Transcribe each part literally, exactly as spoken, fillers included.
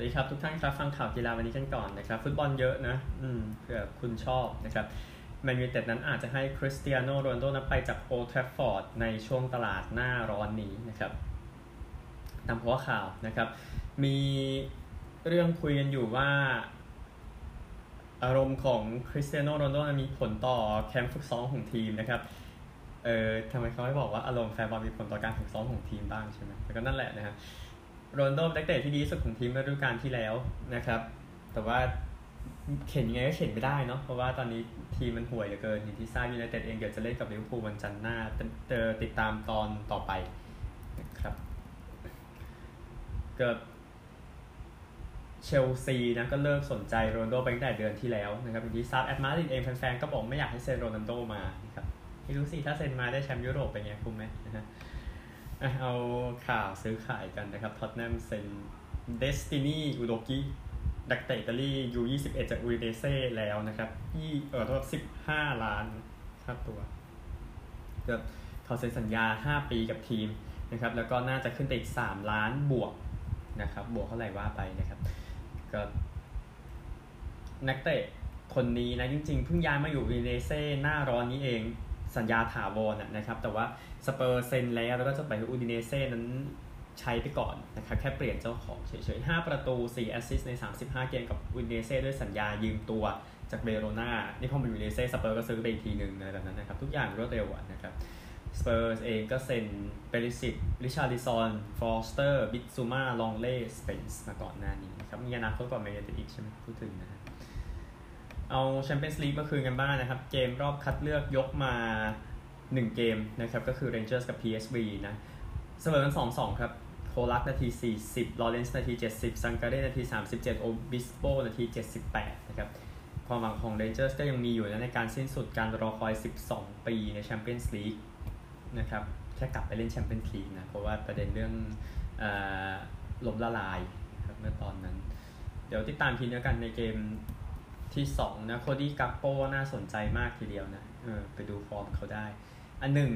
ดีครับทุกท่านครับฟังข่าวกีฬาวันนี้กันก่อนนะครับฟุตบอลเยอะนะอืมเผื่อคุณชอบนะครับแมนยูไนเต็ดนั้นอาจจะให้คริสเตียโนโรนัลโดนั้นไปจากโอลด์แทรฟฟอร์ดในช่วงตลาดหน้าร้อนนี้นะครับตามหัวข่าวนะครับมีเรื่องคุยกันอยู่ว่าอารมณ์ของคริสเตียโนโรนัลโดมีผลต่อแคมป์ฝึกซ้อมของทีมนะครับเออทำไมเขาไม่บอกว่าอารมณ์แฟนบอลมีผลต่อการฝึกซ้อมของทีมบ้างใช่ไหมแต่ก็นั่นแหละนะฮะโรนัลโดนักเตะที่ดีที่สุดของทีมฤดูกาลที่แล้วนะครับแต่ว่าเข็นยังไงก็เข็นไม่ได้เนาะเพราะว่าตอนนี้ทีมมันห่วยเหลือเกินอย่างที่ทราบยูไนเต็ดเองเดี๋ยวจะเล่นกับลิเวอร์พูลวันจันทร์หน้าเจอติดตามตอนต่อไปนะครับเกิดเชลซีนะก็เลิกสนใจโรนัลโดไปตั้งแต่เดือนที่แล้วนะครับอย่างที่ทราบแอตมาดริดเองแฟนๆก็บอกไม่อยากให้เซ็นโรนัลโดมานะครับไม่รู้สิถ้าเซ็นมาได้แชมป์ยุโรปเป็นไงคุ้มไหมนะฮะเอาข่าวซื้อขายกันนะครับท็อตแนมเซ็นเดสตินีอุโดกินักเตะอิตาลี ยู ยี่สิบเอ็ด จากอูดิเนเซ่แล้วนะครับที่เออเท่ากับสิบห้าล้านค่าตัวก็เขาเซ็นสัญญาห้าปีกับทีมนะครับแล้วก็น่าจะขึ้นไปอีกสามล้านบวกนะครับบวกเท่าไหร่ว่าไปนะครับก็นักเตะคนนี้นะจริงๆเพิ่งย้ายมาอยู่อูดิเนเซ่หน้าร้อนนี้เองสัญญาถาวรนะครับแต่ว่าสเปอร์เซ็นแล้วแล้วก็จะไปอูดิเนเซ่นั้นใช้ไปก่อนนะครับแค่เปลี่ยนเจ้าของเฉยๆห้าประตูสี่แอสซิสต์ในสามสิบห้าเกมกับอูดิเนเซ่ด้วยสัญญายืมตัวจากเบโรนานี่พอมาอยู่อูดิเนเซ่สเปอร์ก็ซื้อไปอีกทีนึงอะไรแบบนั้นนะครับทุกอย่างรวดเร็วนะครับสเปอร์เองก็เซ็นเปริซิตริชาร์ลิซอนฟอสเตอร์บิทซูมาลองเล่สเปนส์มาก่อนหน้านี้นะครับมีอนาคตกว่าแมนยูไนเต็ดอีกใช่ไหมพูดถึงนะฮะเอาแชมเปี้ยนส์ลีกเมื่อคืนกันบ้าง น, นะครับเกมรอบคัดเลือกยกมาหนึ่งเกมนะครับก็คือ Rangers กับ พี เอส วี นะเสมอกัน สองสอง ครับโคลักนาทีสี่สิบลอเรนซ์นาทีเจ็ดสิบซังการ์เรนาทีสามสิบเจ็ดโอบิสโปนาทีเจ็ดสิบแปดนะครับความหวังของ Rangers ก็ยังมีอยู่นะในการสิ้นสุดการรอคอยสิบสองปีในแชมเปี้ยนส์ลีกนะครับแค่กลับไปเล่นแชมเปี้ยนส์ลีกนะเพราะว่าประเด็นเรื่องเอ่อล้มละลายครับเมื่อตอนนั้นเดี๋ยวติดตามทีนี้กันในเกมที่สองนะโคดี้กัปโปน่าสนใจมากทีเดียวนะเออไปดูฟอร์มเขาได้อันหนึ่ง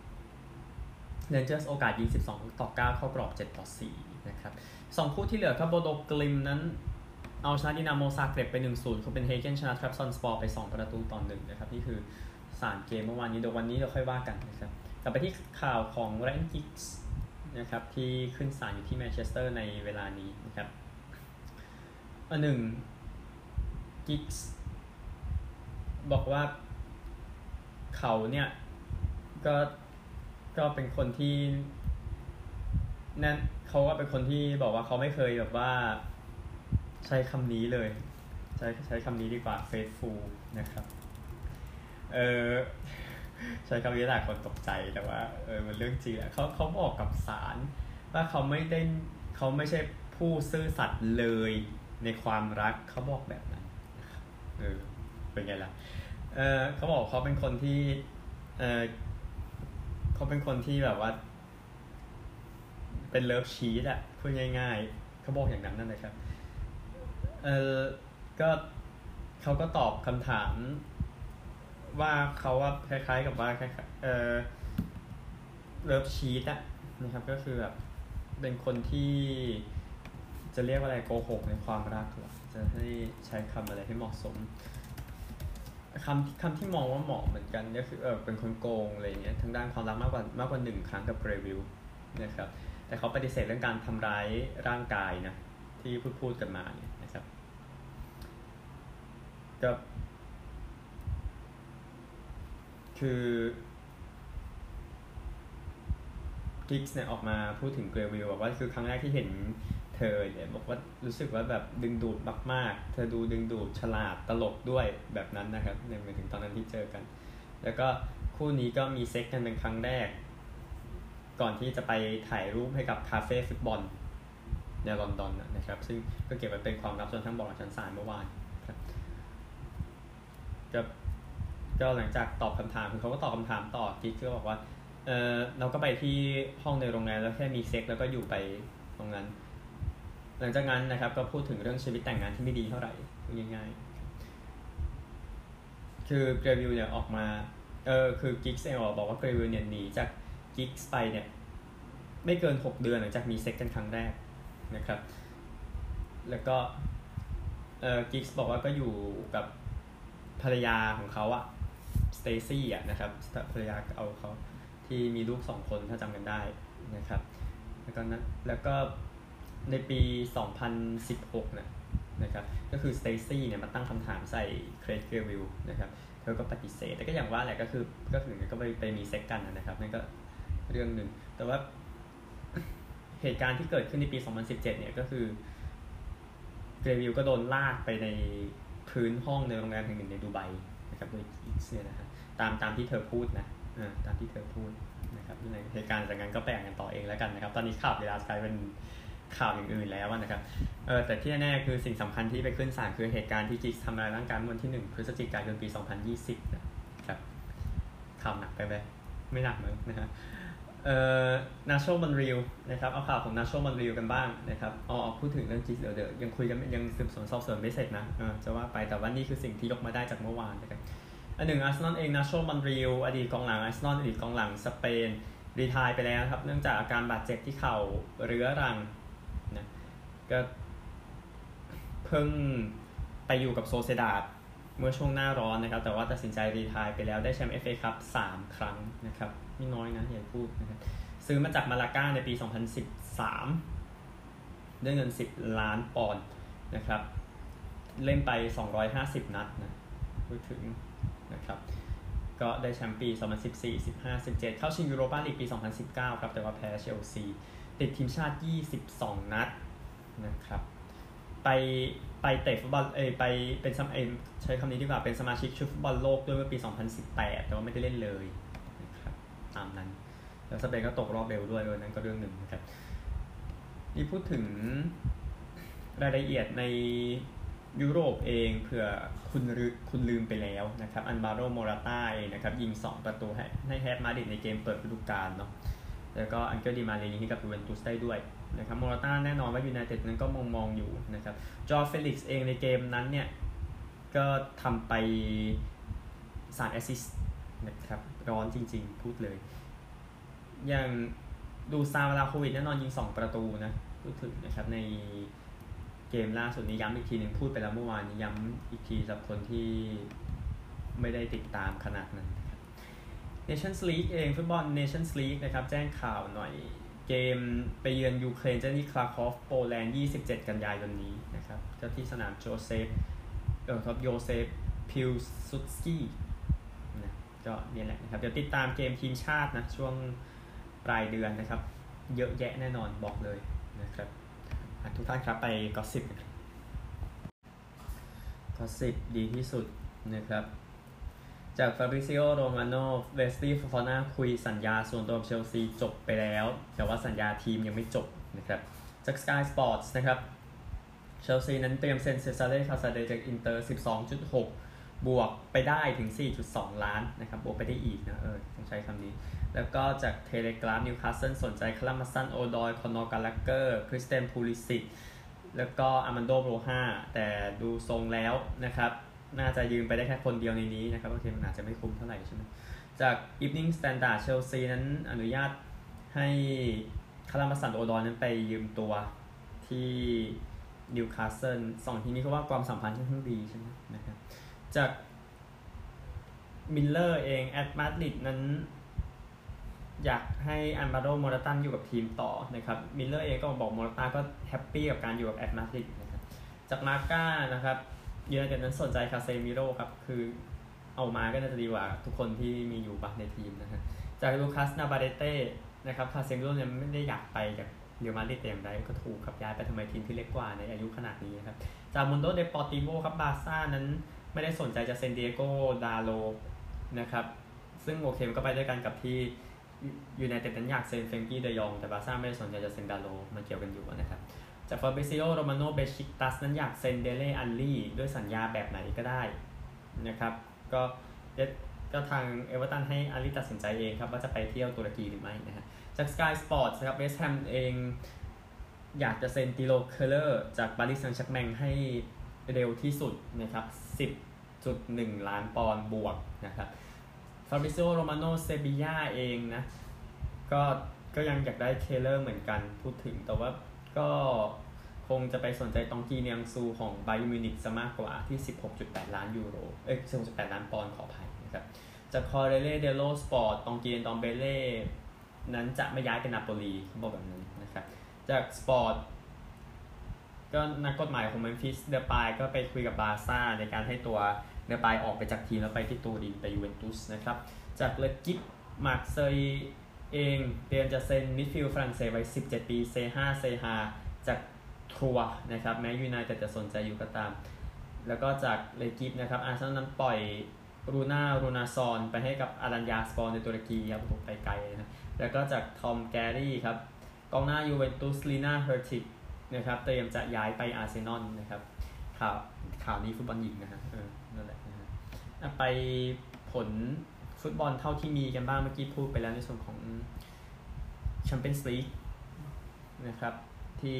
Rangers โอกาสยิงสิบสองต่อเก้าเข้ากรอบเจ็ดต่อสี่นะครับสองคู่ที่เหลือครับโบโดกลิมนั้นเอาชนะดินาโมซาเกร็บไป หนึ่งศูนย์ โคเปนเฮเกนชนะทรัพซันสปอร์ไปสองประตูต่อหนึ่งนะครับนี่คือสามเกมเมื่อวานนี้เดี๋ยววันนี้เราค่อยว่ากันนะครับกลับไปที่ข่าวของแรนกิกส์นะครับที่ขึ้นศาลอยู่ที่แมนเชสเตอร์ในเวลานี้นะครับอันหนึ่งกิกส์บอกว่าเขาเนี่ยก็ก็เป็นคนที่นั่นเขาก็เป็นคนที่บอกว่าเขาไม่เคยแบบว่าใช้คำนี้เลยใช้ใช้คำนี้ดีกว่า faithful นะครับเออใช้คำนี้หลายคนตกใจแต่ว่าเออมันเรื่องจริงอ่ะเขาเขาบอกกับศาลว่าเขาไม่ได้เขาไม่ใช่ผู้ซื่อสัตย์เลยในความรักเขาบอกแบบนั้นเออเป็นไงล่ะเออเขาบอกเขาเป็นคนที่เออเขาเป็นคนที่แบบว่าเป็นเลิฟชีทอะพูดง่ายๆเขาบอกอย่างนั้นนั่นเลยครับเออก็เขาก็ตอบคำถามว่าเขาว่าคล้ายๆกับว่าเออเลิฟชีทอะนะครับก็คือแบบเป็นคนที่จะเรียกว่าอะไรโกหกในความรักหรอจะให้ใช้คำอะไรให้เหมาะสมคำคำที่มองว่าเหมาะเหมือนกันก็คือเออเป็นคนโกงอะไรเงี้ยทางด้านความรักมากกว่ามากกว่าหนึ่งครั้งกับเรวิวนะครับแต่เขาปฏิเสธเรื่องการทำร้ายร่างกายนะที่พูดพูดกันมาเนี่ยนะครับก็คือกิกส์เนี่ยออกมาพูดถึงเกรวิลบอกว่าคือครั้งแรกที่เห็นเธอเนี่ยบอกว่ารู้สึกว่าแบบดึงดูดมากๆเธอดูดึงดูดฉลาดตลกด้วยแบบนั้นนะครับในเมื่อถึงตอนนั้นที่เจอกันแล้วก็คู่นี้ก็มีเซ็กกันเป็นครั้งแรกก่อนที่จะไปถ่ายรูปให้กับคาเฟ่ฟุตบอลในลอนดอนนะครับซึ่งก็เก็บไว้เป็นความลับจนทั้งบอกชั้นศาลเมื่อวานครับก็ก็หลังจากตอบคำถามคือเขาก็ตอบคำถามต่อกิ๊กก็บอกว่าเออเราก็ไปที่ห้องในโรงแรมแล้วแค่มีเซ็กแล้วก็อยู่ไปตรงนั้นหลังจากนั้นนะครับก็พูดถึงเรื่องชีวิตแต่งงานที่ไม่ดีเท่าไหร่ง่ายๆคือเกรวิลเนี่ยออกมาเออคือกิ๊กเซลบอกว่าเกรวิลเนี่ยหนีจากกิ๊กไปเนี่ยไม่เกินหกเดือนหลังจากมีเซ็กกันครั้งแรกนะครับแล้วก็เอ่อกิกส์บอกว่าก็อยู่กับภรรยาของเขาอะสเตซี่อะนะครับภรรยาเอาเขาที่มีลูกสองคนถ้าจำกันได้นะครับแล้วก็นะแล้วก็ในปีสองพันสิบหกนะนะครับก็คือสเตซี่เนี่ยมาตั้งคำถามใส่เครดเกวิลนะครับเธอก็ปฏิเสธแต่ก็อย่างว่าแหละก็คือก็ถึงก็ไปไปมีเซ็กกันนะครับนั่นก็เรื่องหนึ่งแต่ว่าเหตุการณ์ที่เกิดขึ้นในปีสองพันสิบเจ็ดเนี่ยก็คือเกรวิลก็โดนลากไปในพื้นห้องในโรงแรมแห่งหนึ่งในดูไบนะครับโดยอีกเนี่ยนะฮะตามตามที่เธอพูดนะอ่าตามที่เธอพูดนะครับในเหตุการณ์จากนั้นก็แปลงกันต่อเองแล้วกันนะครับตอนนี้ข่าวเวลากลายเป็นข่าวอย่างอื่นแล้วนะครับเออแต่ที่แน่ๆคือสิ่งสำคัญที่ไปขึ้นศาลคือเหตุการณ์ที่กิกส์ทำลายร่างกายเมื่อวันที่หนึ่งพฤศจิกายนปีสองพันยี่สิบนะครับข่าวหนักไปไหมไม่หนักมั้งนะฮะเอ่อ Nacho Monreal นะครับเอาข่าวของ Nacho Monreal กันบ้างนะครับอ๋อพูดถึงเรื่องกิกส์เดี๋ยวเดี๋ยวยังคุยกันยังสืบสวนสอบสวนไม่เสร็จนะเออจะว่าไปแต่ว่านี่คือสิ่งที่ยกมาได้จากเมื่อวานนะครับอันหนึ่งอาร์เซนอลเอง Nacho Monreal อดีตกองหลังอาร์เซนอลอดีตกองหลังสเปนรีไทร์ไปแล้วครับเนื่องจากอาการบาดเจ็บที่เข่าเรื้อรังนะก็เพิ่งไปอยู่กับโซเซดาดเมื่อช่วงหน้าร้อนนะครับแต่ว่าตัดสินใจรีไทร์ไปแล้วได้แชมป์ เอฟ เอ Cup สามครั้งนะครับไม่น้อยนะอย่าพูดนะครับซื้อมาจากมาลาก้าในปีสองพันสิบสามด้วยเงินสิบล้านปอนด์นะครับเล่นไปสองร้อยห้าสิบนัดนะพูดถึงนะครับก็ได้แชมป์ปีสองพันสิบสี่ สิบห้า สิบเจ็ดเข้าชิงยูโรปาลีกปีสองพันสิบเก้าครับแต่ว่าแพ้เชลซีติดทีมชาติยี่สิบสองนัดนะครับไปไปเตะฟุตบอลเอ้ยไปเป็นสมเอใช้คำนี้ดีกว่าเป็นสมาชิกชุดฟุตบอลโลกด้วยเมื่อปีสองพันสิบแปดแต่ว่าไม่ได้เล่นเลยนะครับตามนั้นแล้วสเปนก็ตกรอบเบลด้วยด้วยนั้นก็เรื่องหนึ่งนะครับนี่พูดถึงรายละเอียดในยุโรปเองเผื่อคุณคุณลืมไปแล้วนะครับอันบาโรโมราต้าเองนะครับยิงสองประตูให้ให้แฮปมาดริดในเกมเปิดฤดูกาลเนาะแล้วก็อันเกลดิมาเรยิงให้กับยูเวนตุสได้ด้วยนะครับโมราต้าแน่นอนว่ายูไนเต็ดนั้นก็มองมองอยู่นะครับจอร์เฟลิกซ์เองในเกมนั้นเนี่ยก็ทำไปสามแอสซิสต์นะครับร้อนจริงๆพูดเลยอย่างดูซามาลาโควิดแน่นอนยิงสองประตูนะพูดถึงนะครับในเกมล่าสุดนี้ย้ำอีกทีนึงพูดไปแล้วเมื่อวานนี้ย้ำอีกทีสำหรับคนที่ไม่ได้ติดตามขนาดนั้นนะครับ Nations League เองฟุตบอล Nations League นะครับแจ้งข่าวหน่อยเกมไปเยือนยูเครนจะที่คลาคอฟโปแลนด์ยี่สิบเจ็ดกันยายนนี้นะครับก็ที่สนามโจเซฟเออครับโยเซฟพิลซุสกี้นะก็นี่แหละนะครับเดี๋ยวติดตามเกมทีมชาตินะช่วงปลายเดือนนะครับเยอะแยะแน่นอนบอกเลยนะครับทุกท่านครับไปก็สิบก็สิบดีที่สุดนะครับจากฟาบริซิโอโรมาโนเวสตี้ฟอฟาน่าคุยสัญญาส่วนตัวกับเชลซีจบไปแล้วแต่ว่าสัญญาทีมยังไม่จบนะครับจาก Sky Sports นะครับเชลซีนั้นเตรียมเซ็นเซซาเล่คาซาเดจากอินเตอร์ สิบสองจุดหก บวกไปได้ถึง สี่จุดสอง ล้านนะครับบวกไปได้อีกนะเออต้องใช้คำนี้แล้วก็จากเทเลกราฟนิวคาสเซิลสนใจคาร์มาซันโอดอยคอนอร์กาลักเกอร์คริสเตนพูลิซิกแล้วก็อามันโดโรฮาแต่ดูทรงแล้วนะครับน่าจะยืมไปได้แค่คนเดียวในนี้นะครับโอเคมันอาจจะไม่คุ้มเท่าไหร่ใช่ไหมจาก Evening Standard เชลซีนั้นอนุญาตให้คาร์มาซันโอดอยนั้นไปยืมตัวที่นิวคาสเซิลสองทีมนี้เขาว่าความสัมพันธ์ค่อนข้างดีใช่ไหมนะครับจากมิลเลอร์เองแอตมาดริดนั้นอยากให้อันบาโดโมราตันอยู่กับทีมต่อนะครับมิลเลอร์เองก็บอกโมราตาก็แฮปปี้กับการอยู่กับแอตมาดริดนะครับจากมาร์ก้านะครับยูไนเต็ดนั้นสนใจคาเซมิโร่ครับคือเอามาก็น่าจะดีกว่าทุกคนที่มีอยู่บักในทีมนะครับจากลูคัสนาบาเดเต้นะครับคาเซมิโร่เนี่ยไม่ได้อยากไปจากเรอัลมาดริดแต่อย่างใดก็ถูกขับย้ายไปทำไมทีมที่เล็กกว่าในอายุขนาดนี้ครับจากมุนโดเดปอร์ติโวครับบาร์ซ่านั้นไม่ได้สนใจจะเซ็นเดียโกดาโลนะครับซึ่งโอเคมันก็ไปด้วยกันกับที่ยูไนเต็ดนั้นอยากเซ็นเฟรงกี้เดยองแต่บาร์ซ่าไม่ได้สนใจจะเซ็นดาโลมันเกี่ยวกันอยู่นะครับจากฟาบริซิโอโรมาโนเบชิกตัสนั้นอยากเซ็นเดเล่อัลลี่ด้วยสัญญาแบบไหนก็ได้นะครับก็ก็ทางเอเวอร์ตันให้อัลลี่ตัดสินใจเองครับว่าจะไปเที่ยวตุรกีหรือไม่นะฮะจาก Sky Sports นะครับเวสต์แฮมเองอยากจะเซ็นติโลเคเลอร์จากปารีสแซงต์แชร์แมงให้เร็วที่สุดนะครับ สิบจุดหนึ่ง ล้านปอนด์บวกนะครับฟาบริซิโอโรมาโนเซบีย่าเองนะก็ก็ยังอยากได้เคเลอร์เหมือนกันพูดถึงแต่ว่าก็คงจะไปสนใจตองกีเนียงซูของไบเยิร์นมิวนิกซะมากกว่าที่ สิบหกจุดแปด ล้านยูโรเอ้ย สิบหกจุดแปด ล้านปอนด์ขออภัยนะครับจากคอเรเล่เดโลสปอร์ตตองกีเนตองเบเล่นั้นจะไม่ย้ายไปนาโปลีเขาบอกแบบนั้นนะครับจากสปอร์ตก็นักกฎหมายของเมมฟิสเดปายก็ไปคุยกับบาร์ซ่าในการให้ตัวเดปายออกไปจากทีมแล้วไปที่ตูรินไปยูเวนตุสนะครับจากเลกิปมาร์เซย์เองเตรียมจะเซ็นมิดฟิลด์ฝรั่งเศสไว้สิบเจ็ดปีเซฮาเซฮาจากทัวร์นะครับแม้ยูไนเต็ดจะสนใจอยู่ก็ตามแล้วก็จากเลกิปนะครับอาร์เซนอลนั้นปล่อยรูน่ารูนาซอนไปให้กับอารัญญาสปอร์ในตุรกีครับผมไปไกลนะแล้วก็จากทอมแกรี่ครับกองหน้ายูเวนตุสลีน่าเฮอร์ติกนะครับเตรียมจะย้ายไปอาร์เซนอลนะครับข่าวข่าวนี้ฟุตบอลหญิงนะฮะเออนั่นแหละนะฮะไปผลฟุตบอลเท่าที่มีกันบ้างเมื่อกี้พูดไปแล้วในส่วนของแชมเปี้ยนส์ลีกนะครับที่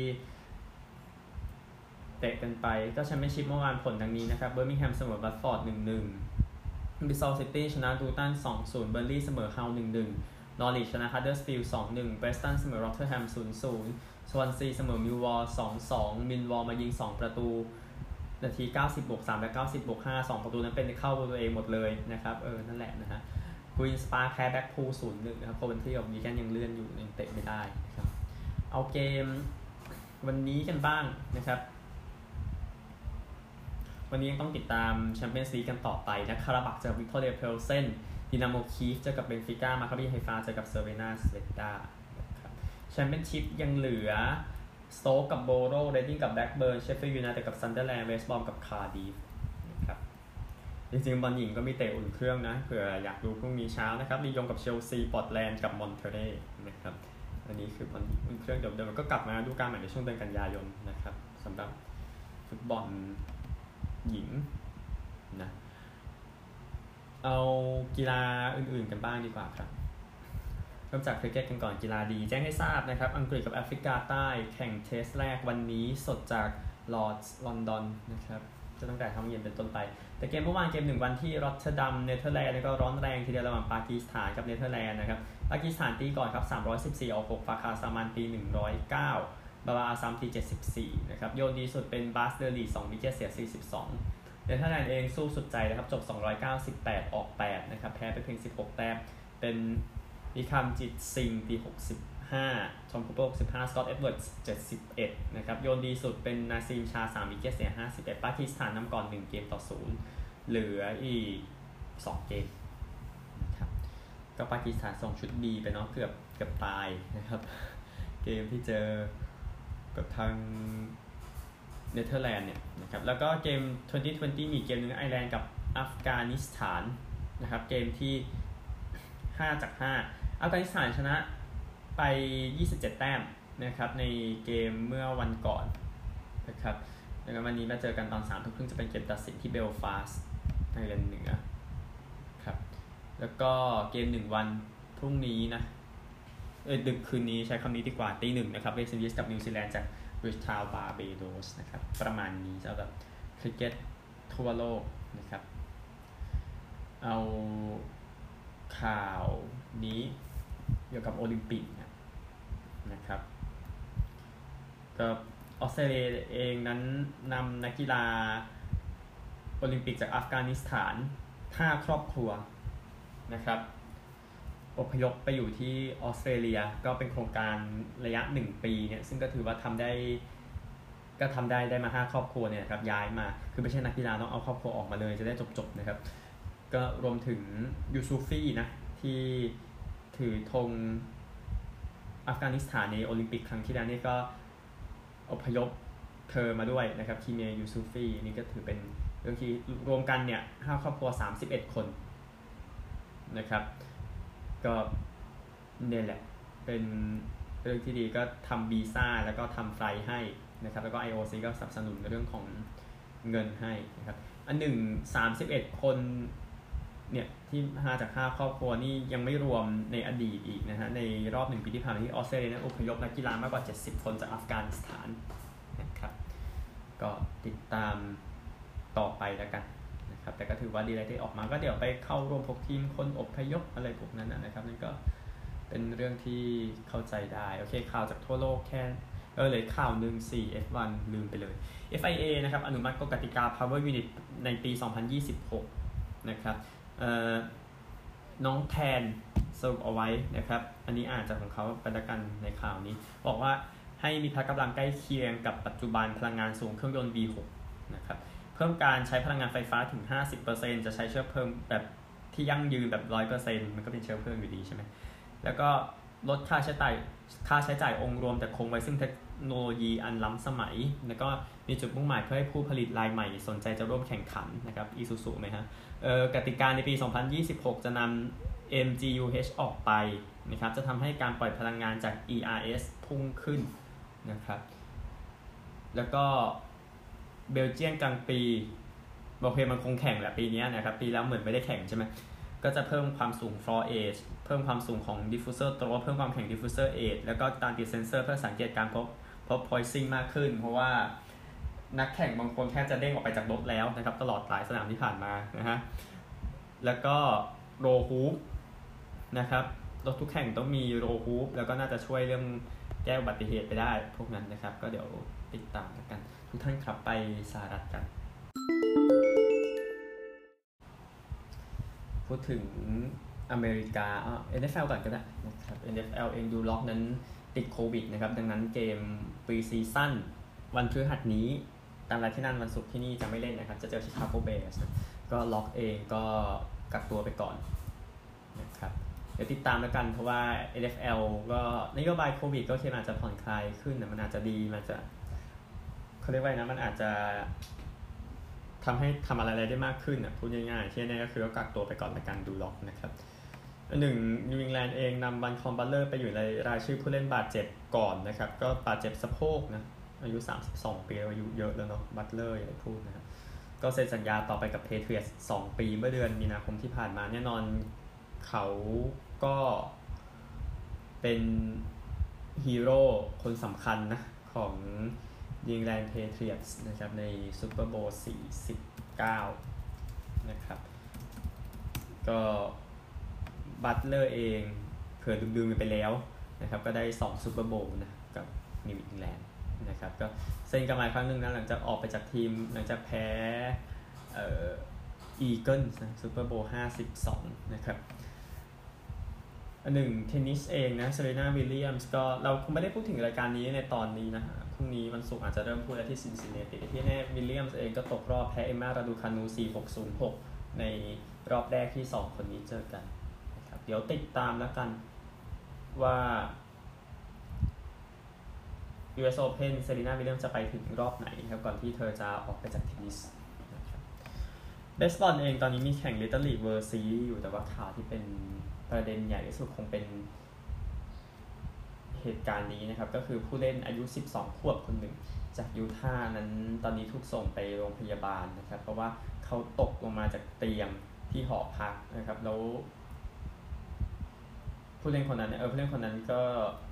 เตะกันไปก็แชมเปี้ยนชิพเมื่อวานผลดังนี้นะครับเบอร์มิงแฮมเสมอบัตฟอร์ด หนึ่งหนึ่ง บิซอลซิตี้ชนะดูตัน สองศูนย์ เบอร์ลี่เสมอฮัล หนึ่งหนึ่ง นอริชชนะฮัดเดอร์สฟิลด์ สองหนึ่ง เบรสตันเสมอร็อตเทอร์แฮม ศูนย์ศูนย์ สวอนซีเสมอมิลวอล สองสอง มิลวอลมายิงสองประตูนาทีเก้าสิบบวกสามและเก้าสิบบวกห้า สองประตูนั้นเป็นเข้าตัวเองหมดเลยนะครับเออนั่นแหละนะฮะควีนส์ปาร์คแพ้แบ็คพูล ศูนย์หนึ่ง นะครับโคเวนทรีกับวีแกนยังเลื่อนอยู่ยังเตะไม่ได้นะครับเอาเกมวันนี้กันบ้างนะครับวันนี้ยังต้องติดตามแชมเปี้ยนส์ลีกกันต่อไปนะคาราบักเจอวิกตอเรียเพลเซนดินาโมคีฟเจอกับเบนฟิก้ามาคาบีไฮฟาเจอกับเซอร์เวนาสเวด้านะครับแชมเปี้ยนชิพยังเหลือสโต๊กกับโบโรเรดดิ้งกับแบล็กเบิร์นเชฟฟิลด์ยูไนเต็ดกับซันเดอร์แลนด์เวสต์บรอมกับคาร์ดิฟนะครับจริงๆบอลหญิงก็มีเตะอุ่นเครื่องนะเผื่ออยากดูพรุ่งนี้เช้านะครับลียงกับเชลซีปอร์ตแลนด์กับมอนเทเรย์นะครับอันนี้คือบอลหญิงอุ่นเครื่องเดิมๆก็กลับมาดูการใหม่ในช่วงเดือนกันยายนนะครับสำหรับฟุตบอลหญิงนะเอากีฬาอื่นๆกันบ้างดีกว่าครับเริ่มจากคริกเก็ตกันก่อนกีฬาดีแจ้งให้ทราบนะครับอังกฤษกับแอฟริกาใต้แข่งเทสแรกวันนี้สดจากลอร์ดส์ลอนดอนนะครับจะตั้งแต่ทำเย็นเป็นต้นไปแต่เกมเมื่อวานเกมหนึ่งวันที่รอตเทอร์ดัมเนเธอร์แลนด์แล้วก็ร้อนแรงทีเดียวระหว่างปากีสถานกับเนเธอร์แลนด์นะครับปากีสถานตีก่อนครับสามร้อยสิบสี่ออกหกฟาคาซามานตีหนึ่งร้อยเก้าบาบาอาซัมตีเจ็ดสิบสี่นะครับโยนดีสุดเป็นบาสเดอรีสองวิกเก็ตเสียสี่สิบสองเนเธอร์แลนด์เองสู้สุดใจนะครับจบสองร้อยเก้าสิบแปดออกแปดนะครับแพ้ไปเพียงสิบหกแต้มเป็นนิคัมจิตซิงตีหกสิบห้าทอมคูเปอร์หกสิบห้าสกอตต์เอ็ดเวิร์ดเจ็ดสิบเอ็ดนะครับโยนดีสุดเป็นนาซีมชาสามวิกเก็ตเสียห้าสิบเอ็ดปากีสถานนำก่อนหนึ่งเกมต่อศูนย์เหลืออีกสองเกมนะครับก็ปากีสถานส่งชุด B ไปเนาะเกือบเกือบตายนะครับเกมที่เจอกับทางเนเธอร์แลนด์เนี่ยนะครับแล้วก็เกมยี่สิบยี่สิบมีเกมนึงไอร์แลนด์กับอัฟกานิสถานนะครับเกมที่ห้าจากห้าอัฟกานิสถานชนะไปยี่สิบเจ็ดแต้มนะครับในเกมเมื่อวันก่อนนะครับแล้วก็วันนี้มาเจอกันตอน สามทุ่มครึ่งจะเป็นเกมตัดสินที่เบลฟาสต์ไอร์แลนด์เหนือครับแล้วก็เกมหนึ่งวันพรุ่งนี้นะเออดึกคืนนี้ใช้คำนี้ดีกว่าตีหนึ่งนะครับเวสต์อินดีสกับนิวซีแลนด์จากบริสทาวน์บาร์เบโดสนะครับประมาณนี้สำหรับคริกเก็ตทั่วโลกนะครับเอาข่าวนี้เกี่ยวกับโอลิมปิกนะครับก็ออสเตรเลียเองนั้นนำนักกีฬาโอลิมปิกจากอัฟกานิสถานห้าครอบครัวนะครับอพยพไปอยู่ที่ออสเตรเลียก็เป็นโครงการระยะหนึ่งปีเนี่ยซึ่งก็ถือว่าทำได้ก็ทำได้ได้มาห้าครอบครัวเนี่ยครับย้ายมาคือไม่ใช่นักกีฬาต้องเอาครอบครัวออกมาเลยจะได้จบๆนะครับก็รวมถึงยูซูฟีนะที่ถือธงอัฟกานิสถานในโอลิมปิกครั้งที่แล้วนี่ก็อพยพเธอมาด้วยนะครับคีเมียยูซูฟีนี่ก็ถือเป็นเรื่องที่รวมกันเนี่ยห้าครอบครัวสามสิบเอ็ดคนนะครับก็เนี่ยแหละเป็นเรื่องที่ดีก็ทำวีซ่าแล้วก็ทำไฟล์ให้นะครับแล้วก็ ไอ โอ ซี ก็สนับสนุนในเรื่องของเงินให้นะครับอันหนึ่ง สามสิบเอ็ดคนเนี่ยที่ห้าจากห้าครอบครัวนี่ยังไม่รวมในอดีตอีกนะฮะในรอบหนึ่งปีที่ผ่านมาที่ออสเตรเลียนั้นอพยพนักกีฬามากกว่าเจ็ดสิบคนจากอัฟกานิสถานนะครับก็ติดตามต่อไปแล้วกันนะครับแต่ก็ถือว่าดีเลยที่ออกมาก็เดี๋ยวไปเข้าร่วมพวกทีมคนอพยพอะไรพวกนั้นนะครับนั่นก็เป็นเรื่องที่เข้าใจได้โอเคข่าวจากทั่วโลกแค่เออเลยข่าวหนึ่ง ซี เอฟ วัน ลืมไปเลย เอฟ ไอ เอ นะครับอนุมัติกฎกติกา Power Unit ในปีสองพันยี่สิบหกนะครับเอ่อน้องแทนสรุปเอาไว้นะครับอันนี้อ่านจากของเขาไปละกันในข่าวนี้บอกว่าให้มีพละกำลังใกล้เคียงกับปัจจุบันพลังงานสูงเครื่องยนต์ วี หก นะครับเพิ่มการใช้พลังงานไฟฟ้าถึง ห้าสิบเปอร์เซ็นต์ จะใช้เชื้อเพลิงแบบที่ยั่งยืนแบบ หนึ่งร้อยเปอร์เซ็นต์ มันก็เป็นเชื้อเพลิงอยู่ดีใช่ไหมแล้วก็ลดค่าใช้จ่ายค่าใช้จ่ายองค์รวมแต่คงไว้ซึ่งเทคโนโลยีอันล้ำสมัยแล้วก็มีจุดมุ่งหมายเพื่อให้ผู้ผลิตรายใหม่สนใจจะร่วมแข่งขันนะครับ Isuzu ไหมฮะเอ่อกติกาในปีสองพันยี่สิบหกจะนำ เอ็ม จี ยู เอช ออกไปนะครับจะทำให้การปล่อยพลังงานจาก อี อาร์ เอส พุ่งขึ้นนะครับแล้วก็เบลเยียมกลางปีโอเคมันคงแข่งแหละปีนี้นะครับปีแล้วเหมือนไม่ได้แข่งใช่ไหมก็จะเพิ่มความสูง floor edge เพิ่มความสูงของ diffuser ตัวเพิ่มความแข็ง diffuser edge แล้วก็การติดเซนเซอร์เพื่อสังเกตการพบพบ poising มากขึ้นเพราะว่านักแข่งบางคนแทบจะเด้งออกไปจากรถแล้วนะครับตลอดหลายสนามที่ผ่านมานะฮะแล้วก็ roll hoop นะครับรถทุกแข่งต้องมี roll hoop แล้วก็น่าจะช่วยเรื่องแก้อุบัติเหตุไปได้พวกนั้นนะครับก็เดี๋ยวติดตามกันทุกท่านครับไปสหรัฐกันพูดถึงอเมริกาอ่ะ เอ็น เอฟ แอล ก่อนก็ได้นะครับ เอ็น เอฟ แอล เองดูล็อกนั้นติดโควิดนะครับดังนั้นเกมปรีซีซั่นวันพฤหัสนี้ตามเวลาที่นั่นวันศุกร์ที่นี่จะไม่เล่นนะครับจะเจอชิคาโกเบร์สก็ล็อกเองก็กักตัวไปก่อนนะครับเดี๋ยวติดตามแล้วกันเพราะว่า เอ็น เอฟ แอล ก็นโยบายโควิดก็คิดอาจจะผ่อนคลายขึ้นนะมันอาจจะดีมันจะเขาเรียกว่านะมันอาจจะทำให้ทำอะไรได้มากขึ้นอ่ะพูดง่ายๆที่นี่ก็คือก็กักตัวไปก่อนในการดูล็อกนะครับหนึ่งนิวอิงแลนด์เองนำวันคอมบัตเลอร์ไปอยู่ในรายชื่อผู้เล่นบาดเจ็บก่อนนะครับก็บาดเจ็บสะโพกนะอายุสามสิบสองปีอายุเยอะแล้วเนาะบัตเลอร์อย่างที่พูดนะครับก็เซ็นสัญญาต่อไปกับเพเทรียตสองปีเมื่อเดือนมีนาคมที่ผ่านมาแน่นอนเขาก็เป็นฮีโร่คนสำคัญนะของนิวอิงแลนด์เพเทรียตนะครับในซูเปอร์โบว์สี่สิบเก้านะครับก็บัตเลอร์เองเผื่อลืมๆไปแล้วนะครับก็ได้สองซูเปอร์โบว์นะกับนิวอิงแลนด์นะครับก็เซ็นกันมาครั้งนึงนะหลังจากออกไปจากทีมหลังจากแพ้เอ่ออีเกิลส์นะซูเปอร์โบว์ห้าสิบสองนะครับอันหนึ่งเทนนิสเองนะเซเรนาวิลเลียมส์ก็เราคงไม่ได้พูดถึงรายการนี้ในตอนนี้นะพรุ่งนี้วันศุกร์อาจจะเริ่มพูดแล้วที่ซินซินเนติที่แน่วิลเลียมส์เองก็ตกรอบแพ้เอมมาราดูคานู สี่หก ศูนย์หก ในรอบแรกที่สองคนนี้เจอกันนะครับเดี๋ยวติดตามแล้วกันว่า ยู เอส Open เซรีนาวิลเลียมส์จะไปถึงรอบไหนครับก่อนที่เธอจะออกไปจากเทนนิสนะครับเบสบอลเองตอนนี้มีแข่ง Little League World Series อยู่แต่ว่าข่าวที่เป็นประเด็นใหญ่ที่สุดคงเป็นเหตุการณ์นี้นะครับก็คือผู้เล่นอายุสิบสองขวบคนหนึ่งจากยูทาห์นั้นตอนนี้ถูกส่งไปโรงพยาบาลนะครับเพราะว่าเขาตกลงมาจากเตียงที่หอพักนะครับแล้วผู้เล่นคนนั้นเออผู้เล่นคนนั้นก็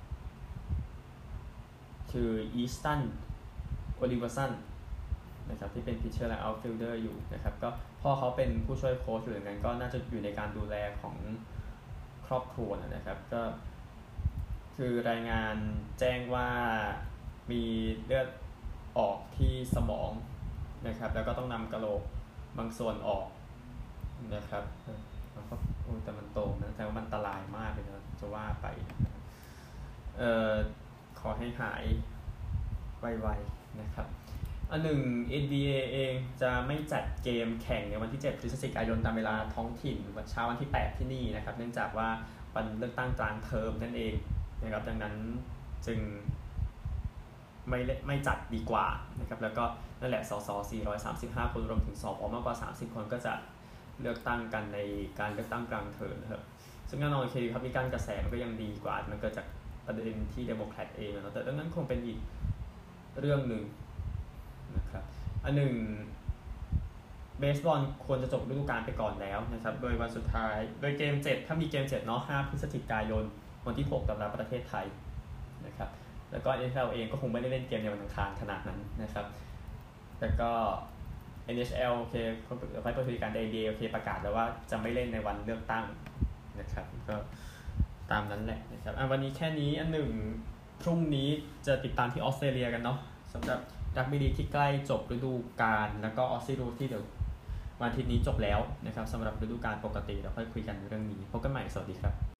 คืออีสตันโอลิเวอร์สันนะครับที่เป็นพิชเชอร์และเอาท์ฟิลเดอร์อยู่นะครับก็พ่อเขาเป็นผู้ช่วยโค้ชอยู่อย่างนั้นก็น่าจะอยู่ในการดูแลของครอบครัวนะครับก็คือรายงานแจ้งว่ามีเลือดออกที่สมองนะครับแล้วก็ต้องนำกะโหลกบางส่วนออกนะครับแล้วก็โอ้แต่มันโตนะแต่ว่ามันอันตรายมากเลยนะจะว่าไปเอ่อขอให้หายไวๆนะครับอันหนึ่ง เอ็น บี เอ เองจะไม่จัดเกมแข่งในวันที่เจ็ดพฤศจิกายนตามเวลาท้องถิ่นวันเช้าวันที่แปดที่นี่นะครับเนื่องจากว่าวันเลือกตั้งกลางเทอมนั่นเองนะครับดังนั้นจึงไม่ไม่จัดดีกว่านะครับแล้วก็นั่นแหละสสสี่ร้อยสามสิบห้าคนรวมถึงสวมากกว่าสามสิบคนก็จะเลือกตั้งกันในการเลือกตั้งกลางเทอมนะครับซึ่งแน่นอนเคครับมีการกระแสมันก็ยังดีกว่ามันเกิดจากประเด็นที่เดโมแครตเองนะแต่ดังนั้นคงเป็นอีกเรื่องนึงนะครับอันหนึ่งเบสบอลควรจะจบฤดูกาลไปก่อนแล้วนะครับโดยวันสุดท้ายโดยเกมเจ็ดถ้ามีเกมเจ็ดเนาะห้าพฤศจิกายนวันที่หกตามเวลาประเทศไทยนะครับแล้วก็ เอ็น เอฟ แอล เองก็คงไม่ได้เล่นเกมในวันอังคารขนาดนั้นนะครับแล้วก็ เอ็น เอช แอล โอเคไฟเปิดบริการ เอ ดี โอเคประกาศแล้วว่าจะไม่เล่นในวันเลือกตั้งนะครับก็ตามนั้นแหละนะครับวันนี้แค่นี้อันหนึ่งพรุ่งนี้จะติดตามที่ออสเตรเลียกันเนาะสำหรับรักบี้ลีกที่ใกล้จบฤดูกาลแล้วก็ออสซี่รูที่เดี๋ยววันอาทิตย์นี้จบแล้วนะครับสำหรับฤดูกาลปกติเราค่อยคุยกันเรื่องนี้พบกันใหม่สวัสดีครับ